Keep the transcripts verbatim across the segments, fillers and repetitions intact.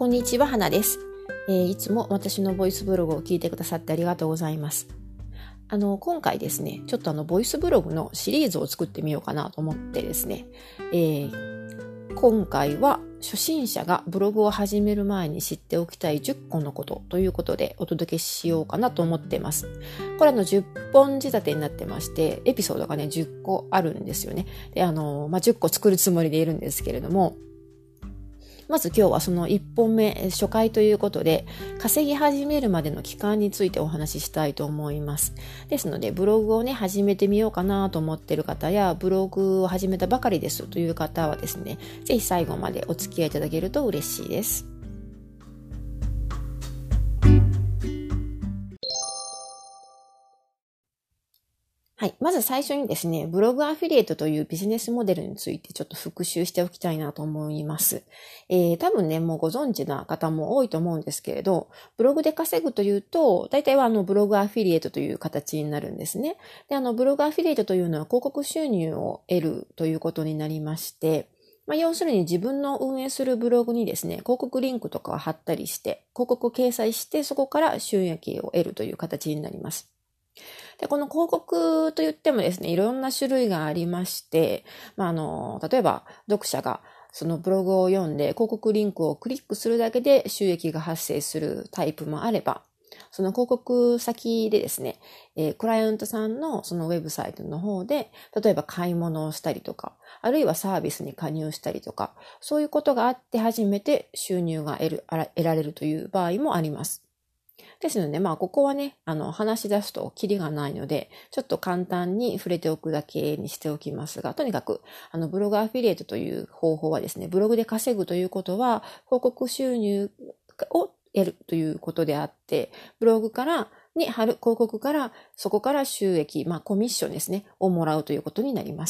こんにちは、花です、えー、いつも私のボイスブログを聞いてくださってありがとうございます。あの今回ですね、ちょっとあのボイスブログのシリーズを作ってみようかなと思ってですね、えー、今回は初心者がブログを始める前に知っておきたいじゅっこのことということでお届けしようかなと思っています。これあのじゅっぽん仕立てになってまして、エピソードがねじゅっこあるんですよね。であの、まあ、じゅっこ作るつもりでいるんですけれども、まず今日はそのいっぽんめ、初回ということで、稼ぎ始めるまでの期間についてお話ししたいと思います。ですので、ブログをね、始めてみようかなと思っている方や、ブログを始めたばかりですという方はですね、ぜひ最後までお付き合いいただけると嬉しいです。はい。まず最初にですね、ブログアフィリエイトというビジネスモデルについてちょっと復習しておきたいなと思います。えー、多分ね、もうご存知な方も多いと思うんですけれど、ブログで稼ぐというと、大体はあのブログアフィリエイトという形になるんですね。で、あのブログアフィリエイトというのは広告収入を得るということになりまして、まあ、要するに自分の運営するブログにですね、広告リンクとかを貼ったりして、広告を掲載して、そこから収益を得るという形になります。で、この広告といってもですね、いろんな種類がありまして、まあ、あの、例えば読者がそのブログを読んで広告リンクをクリックするだけで収益が発生するタイプもあれば、その広告先でですね、えー、クライアントさんのそのウェブサイトの方で、例えば買い物をしたりとか、あるいはサービスに加入したりとか、そういうことがあって初めて収入が得る、得られるという場合もあります。ですので、まあ、ここはね、あの、話し出すとキリがないので、ちょっと簡単に触れておくだけにしておきますが、とにかく、あの、ブログアフィリエイトという方法はですね、ブログで稼ぐということは、広告収入を得るということであって、ブログからに貼る広告から、そこから収益、まあ、コミッションですね、をもらうということになります。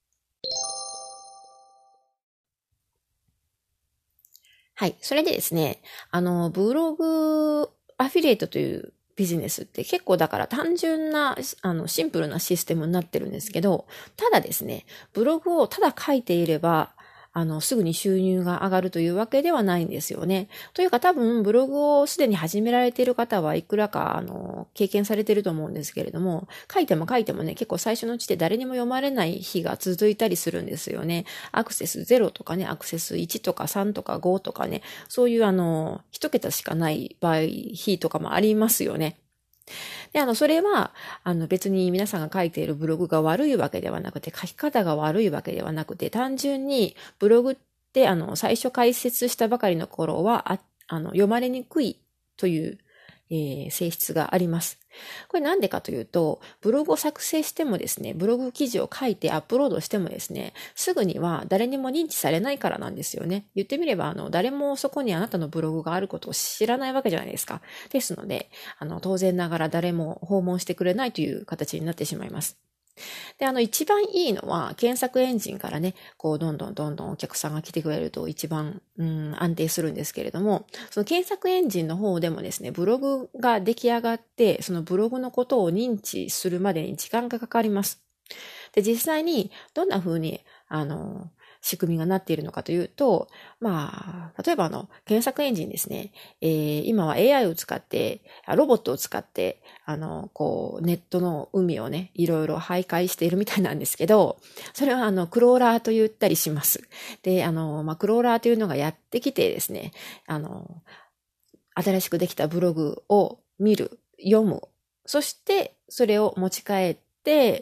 はい。それでですね、あの、ブログアフィリエイトというビジネスって結構だから単純な、あの、シンプルなシステムになってるんですけど、ただですね、ブログをただ書いていれば、あの、すぐに収入が上がるというわけではないんですよね。というか多分、ブログをすでに始められている方はいくらか、あの、経験されていると思うんですけれども、書いても書いてもね、結構最初のうちで誰にも読まれない日が続いたりするんですよね。アクセスゼロとかね、アクセスいちとかさんとかごとかね、そういうあの、一桁しかない場合、日とかもありますよね。で、あの、それは、あの、別に皆さんが書いているブログが悪いわけではなくて、書き方が悪いわけではなくて、単純にブログって、あの、最初解説したばかりの頃は、あ、あの、読まれにくいという、えー、性質があります。これなんでかというと、ブログを作成してもですね、ブログ記事を書いてアップロードしてもですね、すぐには誰にも認知されないからなんですよね。言ってみれば、あの、誰もそこにあなたのブログがあることを知らないわけじゃないですか。ですので、あの、当然ながら誰も訪問してくれないという形になってしまいます。で、あの、一番いいのは、検索エンジンからね、こう、どんどんどんどんお客さんが来てくれると一番、うん、安定するんですけれども、その検索エンジンの方でもですね、ブログが出来上がって、そのブログのことを認知するまでに時間がかかります。で、実際に、どんな風に、あの、仕組みがなっているのかというと、まあ、例えばあの、検索エンジンですね。えー、今は エーアイ を使って、ロボットを使って、あの、こう、ネットの海をね、いろいろ徘徊しているみたいなんですけど、それはあの、クローラーと言ったりします。で、あの、まあ、クローラーというのがやってきてですね、あの、新しくできたブログを見る、読む。そして、それを持ち帰って、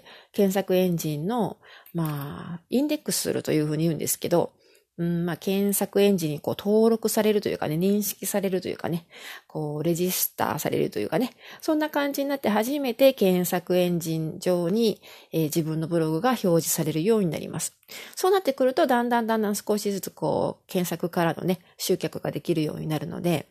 検索エンジンの、まあ、インデックスするというふうに言うんですけど、うん、まあ、検索エンジンにこう登録されるというかね、認識されるというかね、こう、レジスターされるというかね、そんな感じになって初めて検索エンジン上に、えー、自分のブログが表示されるようになります。そうなってくると、だんだんだんだん少しずつこう、検索からのね、集客ができるようになるので、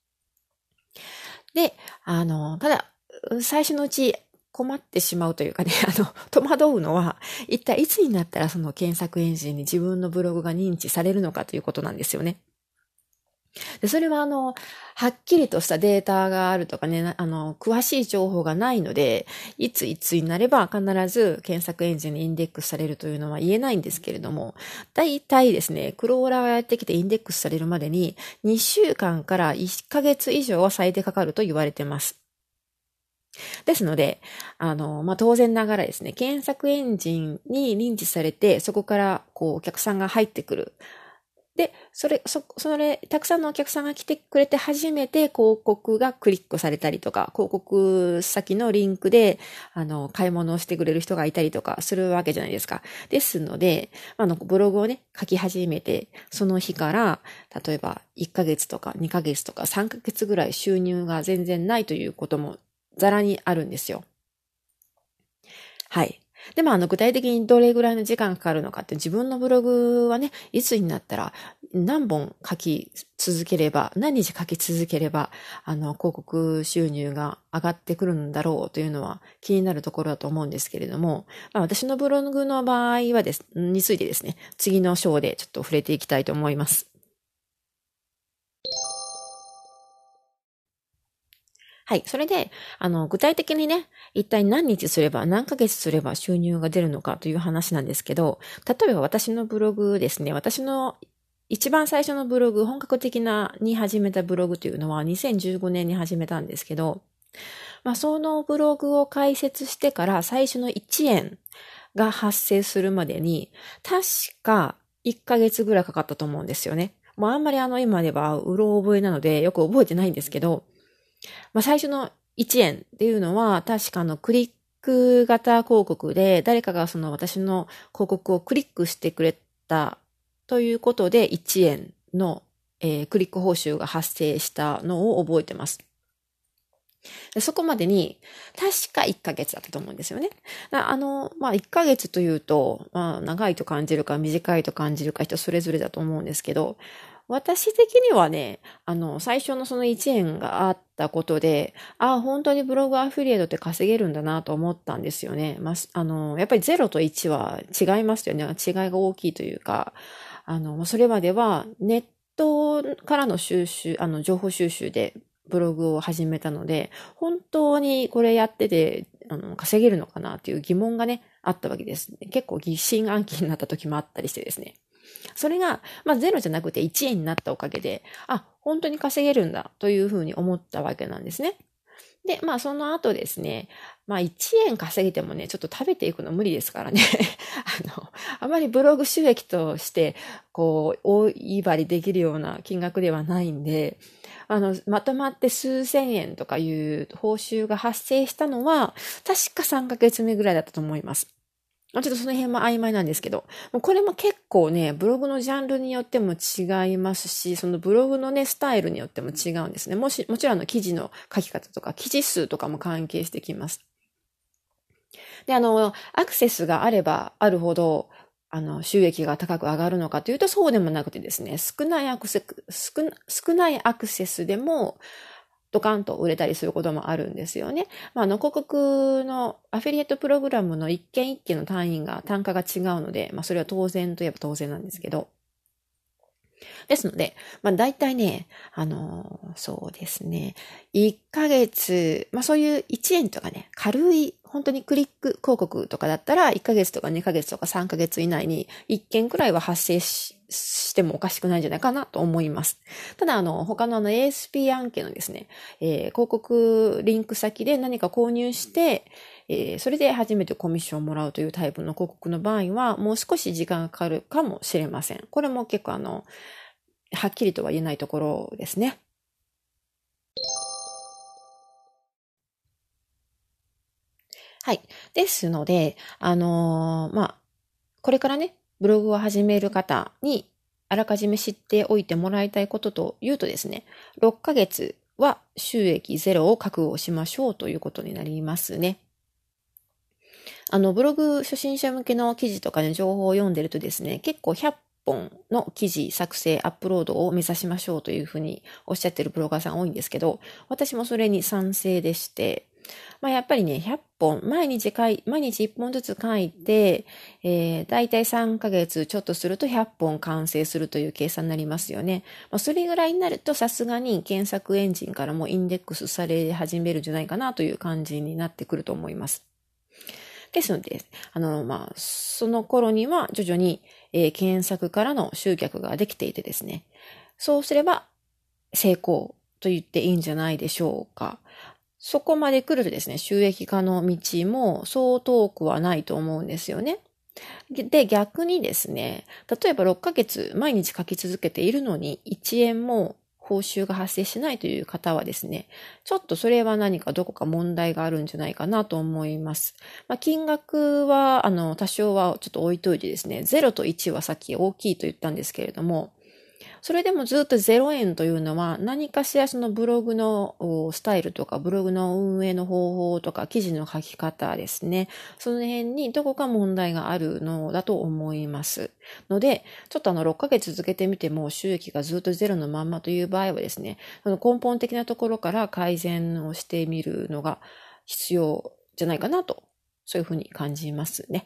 で、あの、ただ、最初のうち困ってしまうというかね、あの、戸惑うのは、一体いつになったらその検索エンジンに自分のブログが認知されるのかということなんですよね。 で、それはあの、はっきりとしたデータがあるとかね、あの、詳しい情報がないので、いついつになれば必ず検索エンジンにインデックスされるというのは言えないんですけれども、大体ですね、クローラーがやってきてインデックスされるまでににしゅうかんからいっかげつ以上は最低かかると言われてます。ですので、あの、まあ、当然ながらですね、検索エンジンに認知されて、そこから、こう、お客さんが入ってくる。で、それ、そ、それ、たくさんのお客さんが来てくれて初めて広告がクリックされたりとか、広告先のリンクで、あの、買い物をしてくれる人がいたりとかするわけじゃないですか。ですので、あの、ブログをね、書き始めて、その日から、例えばいっかげつとかにかげつとかさんかげつぐらい収入が全然ないということもざらにあるんですよ。はい。で、まあ、あの、具体的にどれぐらいの時間かかるのかって自分のブログはね、いつになったら何本書き続ければ、何日書き続ければ、あの、広告収入が上がってくるんだろうというのは気になるところだと思うんですけれども、まあ、私のブログの場合はです、についてですね、次の章でちょっと触れていきたいと思います。はい。それで、あの、具体的にね、一体何日すれば、何ヶ月すれば収入が出るのかという話なんですけど、例えば私のブログですね、私の一番最初のブログ、本格的なに始めたブログというのはにせんじゅうごねんに始めたんですけど、まあ、そのブログを開設してから最初のいちえんが発生するまでに、確かいっかげつぐらいかかったと思うんですよね。もうあんまりあの今ではうろ覚えなのでよく覚えてないんですけど、まあ、最初のいちえんっていうのは、確かのクリック型広告で、誰かがその私の広告をクリックしてくれたということで、いちえんの、えー、クリック報酬が発生したのを覚えてます。でそこまでに、確かいっかげつだったと思うんですよね。あの、まあ、いっかげつというと、まあ、長いと感じるか短いと感じるか人それぞれだと思うんですけど、私的にはね、あの、最初のそのいちえんがあったことで、ああ、本当にブログアフィリエイトって稼げるんだなと思ったんですよね。まあ、あの、やっぱりゼロといちは違いますよね。違いが大きいというか、あの、それまではネットからの収集、あの、情報収集でブログを始めたので、本当にこれやってて、あの、稼げるのかなっていう疑問がね、あったわけです。結構疑心暗鬼になった時もあったりしてですね。それが、まあゼロじゃなくていちえんになったおかげで、あ、本当に稼げるんだというふうに思ったわけなんですね。で、まあその後ですね、まあいちえん稼げてもね、ちょっと食べていくの無理ですからね。あの、あまりブログ収益として、こう、大いばりできるような金額ではないんで、あの、まとまって数千円とかいう報酬が発生したのは、確かさんかげつめぐらいだったと思います。ちょっとその辺も曖昧なんですけど、もうこれも結構ね、ブログのジャンルによっても違いますし、そのブログのね、スタイルによっても違うんですね。もし、もちろんの記事の書き方とか、記事数とかも関係してきます。で、あの、アクセスがあればあるほど、あの、収益が高く上がるのかというとそうでもなくてですね、少ないアクセス、少少ないアクセスでも、ドカンと売れたりすることもあるんですよね。まあ、あの、広告のアフィリエイトプログラムの一件一件の単位が、単価が違うので、まあ、それは当然といえば当然なんですけど。ですので、まあ、大体ね、あのー、そうですね、いっかげつ、まあ、そういういちえんとかね、軽い、本当にクリック広告とかだったら、いっかげつとかにかげつとかさんかげつ以内にいっけんくらいは発生し、してもおかしくないんじゃないかなと思います。ただ、あの、他のあの エーエスピー 案件のですね、えー、広告リンク先で何か購入して、えー、それで初めてコミッションをもらうというタイプの広告の場合は、もう少し時間がかかるかもしれません。これも結構あの、はっきりとは言えないところですね。はい。ですので、あのーまあ、これからね、ブログを始める方に、あらかじめ知っておいてもらいたいことというとですね、ろっかげつは収益ゼロを確保しましょうということになりますね。あの、ブログ初心者向けの記事とかね、情報を読んでるとですね、結構ひゃっぽんの記事作成、アップロードを目指しましょうというふうにおっしゃってるブロガーさん多いんですけど、私もそれに賛成でして、 まあ、やっぱりね、ひゃっぽん、毎日書い、毎日いっぽんずつ書いて、えー、だいたいさんかげつちょっとするとひゃっぽん完成するという計算になりますよね。まあ、それぐらいになるとさすがに検索エンジンからもインデックスされ始めるんじゃないかなという感じになってくると思います。ですので、あの、まあ、その頃には徐々に、えー、検索からの集客ができていてですね、そうすれば成功と言っていいんじゃないでしょうか。そこまで来るとですね、収益化の道もそう遠くはないと思うんですよね。で、逆にですね、例えばろっかげつ毎日書き続けているのにいちえんも報酬が発生しないという方はですね、ちょっとそれは何かどこか問題があるんじゃないかなと思います。まあ、金額は、あの、多少はちょっと置いといてですね、ゼロといちはさっき大きいと言ったんですけれども、それでもずっとゼロえんというのは何かしらそのブログのスタイルとかブログの運営の方法とか記事の書き方ですね。その辺にどこか問題があるのだと思います。ので、ちょっとあのろっかげつ続けてみても収益がずっとゼロのまんまという場合はですね、その根本的なところから改善をしてみるのが必要じゃないかなと、そういうふうに感じますね。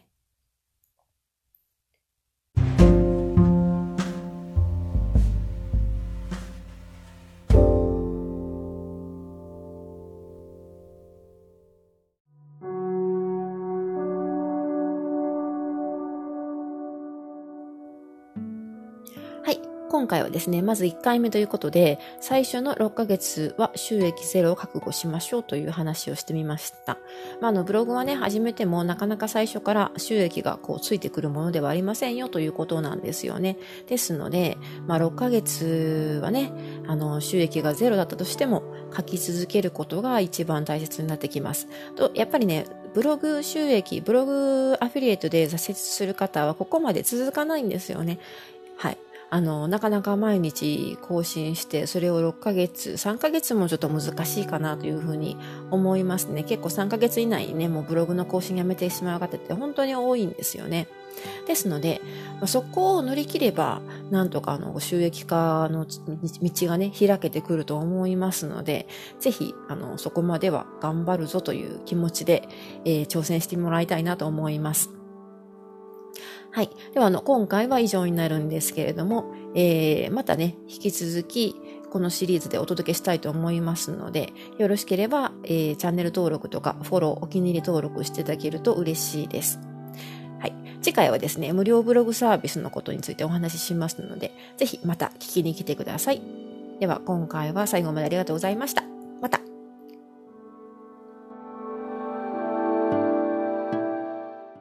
はい。今回はですね、まずいっかいめということで、最初のろっかげつは収益ゼロを覚悟しましょうという話をしてみました。まあ、あの、ブログはね、始めてもなかなか最初から収益がこうついてくるものではありませんよということなんですよね。ですので、まあ、ろっかげつはね、あの、収益がゼロだったとしても、書き続けることが一番大切になってきます。と、やっぱりね、ブログ収益、ブログアフィリエイトで挫折する方はここまで続かないんですよね。はい。あの、なかなか毎日更新して、それをろっかげつ、さんかげつもちょっと難しいかなというふうに思いますね。結構さんかげつ以内にね、もうブログの更新やめてしまう方って本当に多いんですよね。ですので、そこを乗り切れば、なんとかあの、収益化の道がね、開けてくると思いますので、ぜひ、あの、そこまでは頑張るぞという気持ちで、えー、挑戦してもらいたいなと思います。はい。では、あの、今回は以上になるんですけれども、えー、またね、引き続き、このシリーズでお届けしたいと思いますので、よろしければ、えー、チャンネル登録とか、フォロー、お気に入り登録していただけると嬉しいです。はい。次回はですね、無料ブログサービスのことについてお話ししますので、ぜひまた聞きに来てください。では、今回は最後までありがとうございました。また。